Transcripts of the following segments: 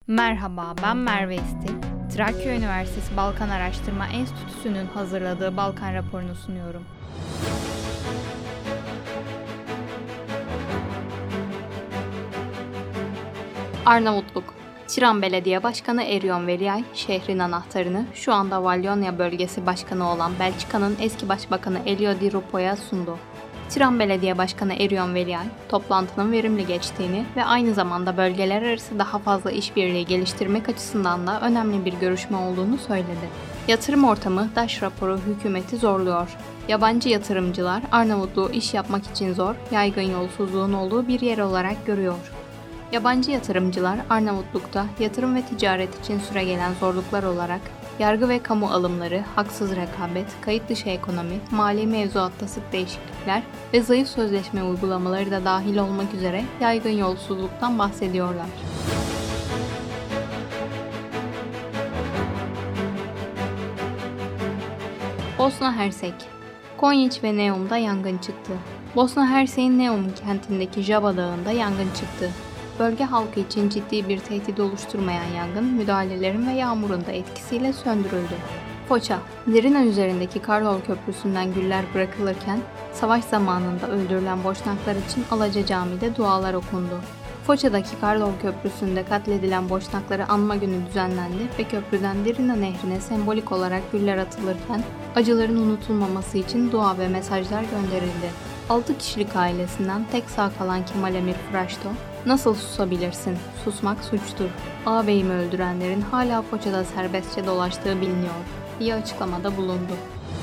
Merhaba, ben Merve İstil. Trakya Üniversitesi Balkan Araştırma Enstitüsü'nün hazırladığı Balkan raporunu sunuyorum. Arnavutluk. Tiran Belediye Başkanı Erion Veliaj, şehrin anahtarını şu anda Vallonia bölgesi başkanı olan Belçika'nın eski başbakanı Elio Di Rupo'ya sundu. Tiran Belediye Başkanı Erion Veliaj, toplantının verimli geçtiğini ve aynı zamanda bölgeler arası daha fazla işbirliği geliştirmek açısından da önemli bir görüşme olduğunu söyledi. Yatırım ortamı DAŞ raporu hükümeti zorluyor. Yabancı yatırımcılar Arnavutluğu iş yapmak için zor, yaygın yolsuzluğun olduğu bir yer olarak görüyor. Yabancı yatırımcılar Arnavutluk'ta yatırım ve ticaret için süregelen zorluklar olarak yargı ve kamu alımları, haksız rekabet, kayıt dışı ekonomi, mali mevzuatta sık değişiklikler ve zayıf sözleşme uygulamaları da dahil olmak üzere yaygın yolsuzluktan bahsediyorlar. Bosna Hersek. Konjic ve Neum'da yangın çıktı. Bosna Hersek'in Neum kentindeki Jaba Dağı'nda yangın çıktı. Bölge halkı için ciddi bir tehdit oluşturmayan yangın, müdahalelerin ve yağmurun da etkisiyle söndürüldü. Foça, Drina üzerindeki Karlov Köprüsü'nden güller bırakılırken, savaş zamanında öldürülen Boşnaklar için Alaca Camii'de dualar okundu. Foça'daki Karlov Köprüsü'nde katledilen Boşnakları anma günü düzenlendi ve köprüden Drina Nehri'ne sembolik olarak güller atılırken, acıların unutulmaması için dua ve mesajlar gönderildi. 6 kişilik ailesinden tek sağ kalan Kemal Emir Fıraşto, "Nasıl susabilirsin? Susmak suçtur. Ağabeyimi öldürenlerin hala Foça'da serbestçe dolaştığı biliniyor," diye açıklamada bulundu.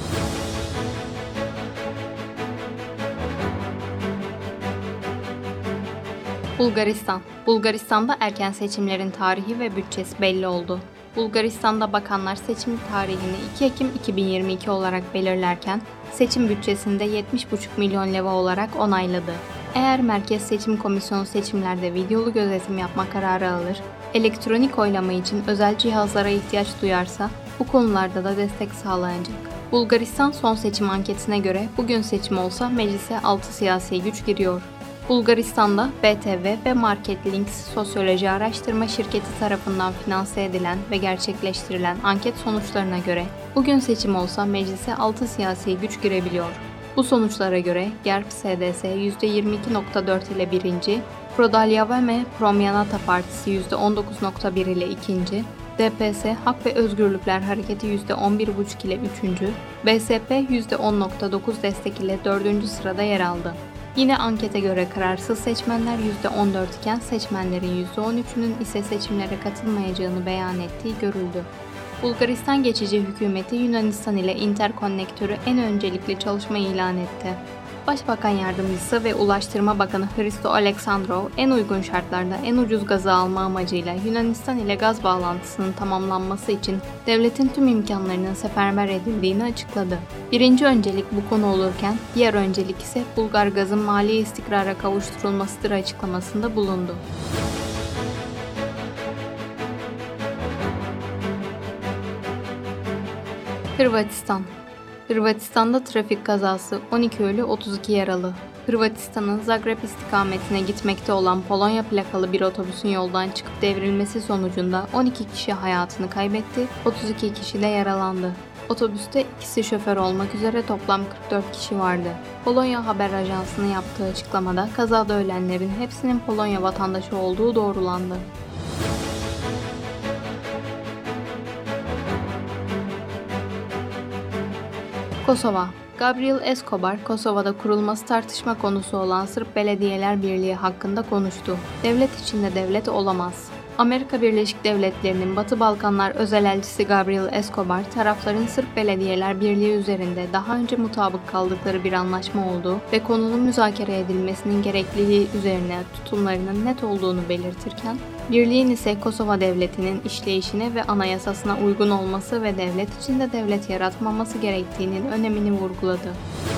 Bulgaristan. Bulgaristan'da erken seçimlerin tarihi ve bütçesi belli oldu. Bulgaristan'da bakanlar seçim tarihini 2 Ekim 2022 olarak belirlerken, seçim bütçesinde 70,5 milyon leva olarak onayladı. Eğer Merkez Seçim Komisyonu seçimlerde videolu gözetim yapma kararı alır, elektronik oylama için özel cihazlara ihtiyaç duyarsa bu konularda da destek sağlanacak. Bulgaristan son seçim anketine göre bugün seçim olsa meclise 6 siyasi güç giriyor. Bulgaristan'da BTV ve Market Links Sosyoloji Araştırma Şirketi tarafından finanse edilen ve gerçekleştirilen anket sonuçlarına göre bugün seçim olsa meclise 6 siyasi güç girebiliyor. Bu sonuçlara göre GERB SDS %22,4 ile birinci, Prodalyaveme Promyanata Partisi %19,1 ile ikinci, DPS Hak ve Özgürlükler Hareketi %11,5 ile üçüncü, БСП %10,9 destek ile dördüncü sırada yer aldı. Yine ankete göre kararsız seçmenler %14 iken seçmenlerin %13'ünün ise seçimlere katılmayacağını beyan ettiği görüldü. Bulgaristan geçici hükümeti Yunanistan ile interkonnektörü en öncelikli çalışma ilan etti. Başbakan Yardımcısı ve Ulaştırma Bakanı Hristo Aleksandrov, en uygun şartlarda en ucuz gazı alma amacıyla Yunanistan ile gaz bağlantısının tamamlanması için devletin tüm imkanlarının seferber edildiğini açıkladı. Birinci öncelik bu konu olurken, diğer öncelik ise Bulgar gazın mali istikrara kavuşturulmasıdır açıklamasında bulundu. Hırvatistan. Hırvatistan'da trafik kazası, 12 ölü 32 yaralı. Hırvatistan'ın Zagreb istikametine gitmekte olan Polonya plakalı bir otobüsün yoldan çıkıp devrilmesi sonucunda 12 kişi hayatını kaybetti, 32 kişi de yaralandı. Otobüste ikisi şoför olmak üzere toplam 44 kişi vardı. Polonya Haber Ajansı'nın yaptığı açıklamada kazada ölenlerin hepsinin Polonya vatandaşı olduğu doğrulandı. Kosova. Gabriel Escobar, Kosova'da kurulması tartışma konusu olan Sırp Belediyeler Birliği hakkında konuştu. Devlet içinde devlet olamaz. Amerika Birleşik Devletleri'nin Batı Balkanlar özelelçisi Gabriel Escobar, tarafların Sırp Belediyeler Birliği üzerinde daha önce mutabık kaldıkları bir anlaşma olduğu ve konunun müzakere edilmesinin gerekliliği üzerine tutumlarının net olduğunu belirtirken, birliğin ise Kosova Devleti'nin işleyişine ve anayasasına uygun olması ve devlet içinde devlet yaratmaması gerektiğinin önemini vurguladı.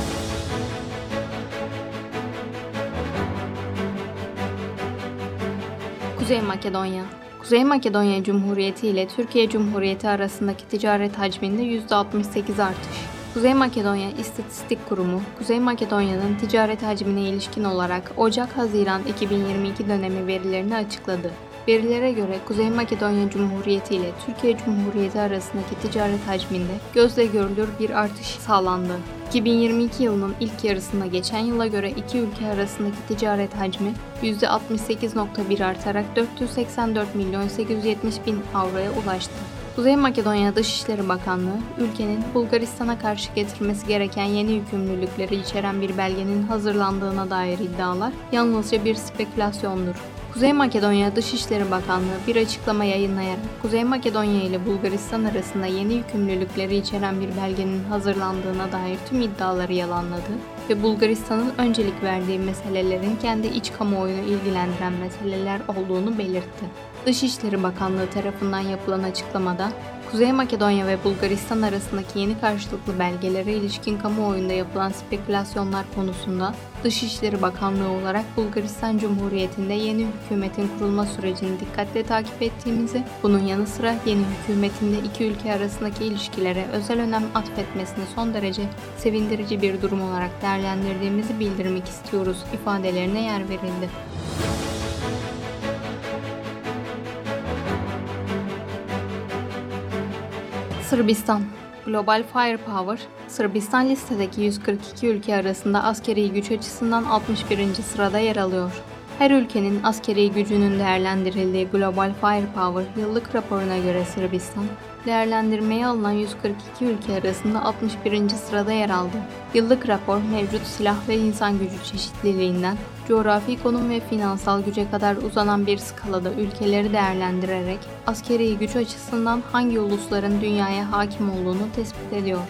Kuzey Makedonya. Kuzey Makedonya Cumhuriyeti ile Türkiye Cumhuriyeti arasındaki ticaret hacminde %68 artış. Kuzey Makedonya İstatistik Kurumu, Kuzey Makedonya'nın ticaret hacmine ilişkin olarak Ocak-Haziran 2022 dönemi verilerini açıkladı. Verilere göre Kuzey Makedonya Cumhuriyeti ile Türkiye Cumhuriyeti arasındaki ticaret hacminde gözle görülür bir artış sağlandı. 2022 yılının ilk yarısında geçen yıla göre iki ülke arasındaki ticaret hacmi %68.1 artarak 484.870.000 avroya ulaştı. Kuzey Makedonya Dışişleri Bakanlığı, ülkenin Bulgaristan'a karşı getirmesi gereken yeni yükümlülükleri içeren bir belgenin hazırlandığına dair iddialar yalnızca bir spekülasyondur. Kuzey Makedonya Dışişleri Bakanlığı bir açıklama yayınlayarak Kuzey Makedonya ile Bulgaristan arasında yeni yükümlülükleri içeren bir belgenin hazırlandığına dair tüm iddiaları yalanladı ve Bulgaristan'ın öncelik verdiği meselelerin kendi iç kamuoyunu ilgilendiren meseleler olduğunu belirtti. Dışişleri Bakanlığı tarafından yapılan açıklamada, Kuzey Makedonya ve Bulgaristan arasındaki yeni karşılıklı belgelere ilişkin kamuoyunda yapılan spekülasyonlar konusunda Dışişleri Bakanlığı olarak Bulgaristan Cumhuriyeti'nde yeni hükümetin kurulma sürecini dikkatle takip ettiğimizi, bunun yanı sıra yeni hükümetin de iki ülke arasındaki ilişkilere özel önem atfetmesini son derece sevindirici bir durum olarak değerlendirdiğimizi bildirmek istiyoruz ifadelerine yer verildi. Sırbistan Global Firepower, Sırbistan listedeki 142 ülke arasında askeri güç açısından 61. sırada yer alıyor. Her ülkenin askeri gücünün değerlendirildiği Global Firepower yıllık raporuna göre Sırbistan, değerlendirmeye alınan 142 ülke arasında 61. sırada yer aldı. Yıllık rapor mevcut silah ve insan gücü çeşitliliğinden coğrafi konum ve finansal güce kadar uzanan bir skalada ülkeleri değerlendirerek askeri güç açısından hangi ulusların dünyaya hakim olduğunu tespit ediyor.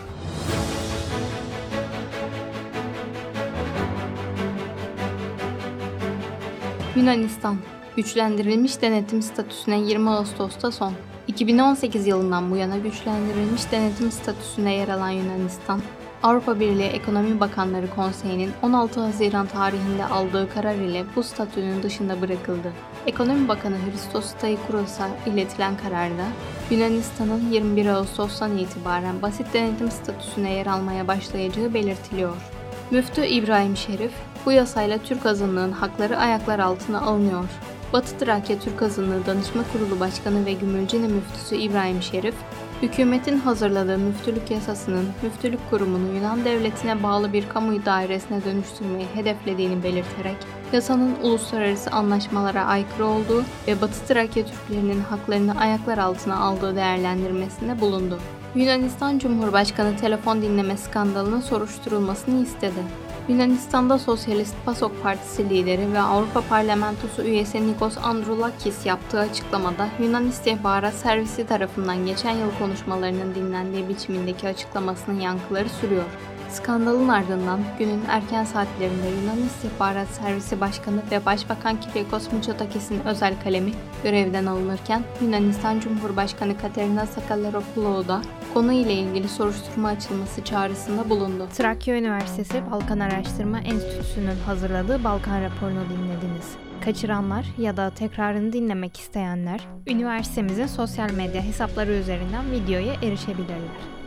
Yunanistan, güçlendirilmiş denetim statüsüne 20 Ağustos'ta son. 2018 yılından bu yana güçlendirilmiş denetim statüsünde yer alan Yunanistan, Avrupa Birliği Ekonomi Bakanları Konseyi'nin 16 Haziran tarihinde aldığı karar ile bu statünün dışında bırakıldı. Ekonomi Bakanı Christos Staikouros'a iletilen kararda, Yunanistan'ın 21 Ağustos'tan itibaren basit denetim statüsüne yer almaya başlayacağı belirtiliyor. Müftü İbrahim Şerif, bu yasayla Türk azınlığın hakları ayaklar altına alınıyor. Batı Trakya Türk Azınlığı Danışma Kurulu Başkanı ve Gümülcine Müftüsü İbrahim Şerif, hükümetin hazırladığı müftülük yasasının müftülük kurumunu Yunan devletine bağlı bir kamu dairesine dönüştürmeyi hedeflediğini belirterek, yasanın uluslararası anlaşmalara aykırı olduğu ve Batı Trakya Türklerinin haklarını ayaklar altına aldığı değerlendirmesinde bulundu. Yunanistan Cumhurbaşkanı telefon dinleme skandalının soruşturulmasını istedi. Yunanistan'da Sosyalist PASOK Partisi lideri ve Avrupa Parlamentosu üyesi Nikos Androulakis yaptığı açıklamada Yunan İstihbarat Servisi tarafından geçen yıl konuşmalarının dinlendiği biçimindeki açıklamasının yankıları sürüyor. Skandalın ardından günün erken saatlerinde Yunan İstihbarat Servisi Başkanı ve Başbakan Kyriakos Mitsotakis'in özel kalemi görevden alınırken Yunanistan Cumhurbaşkanı Katerina Sakalaropoulou da konu ile ilgili soruşturma açılması çağrısında bulundu. Trakya Üniversitesi Balkan Araştırma Enstitüsü'nün hazırladığı Balkan raporunu dinlediniz. Kaçıranlar ya da tekrarını dinlemek isteyenler üniversitemizin sosyal medya hesapları üzerinden videoya erişebilirler.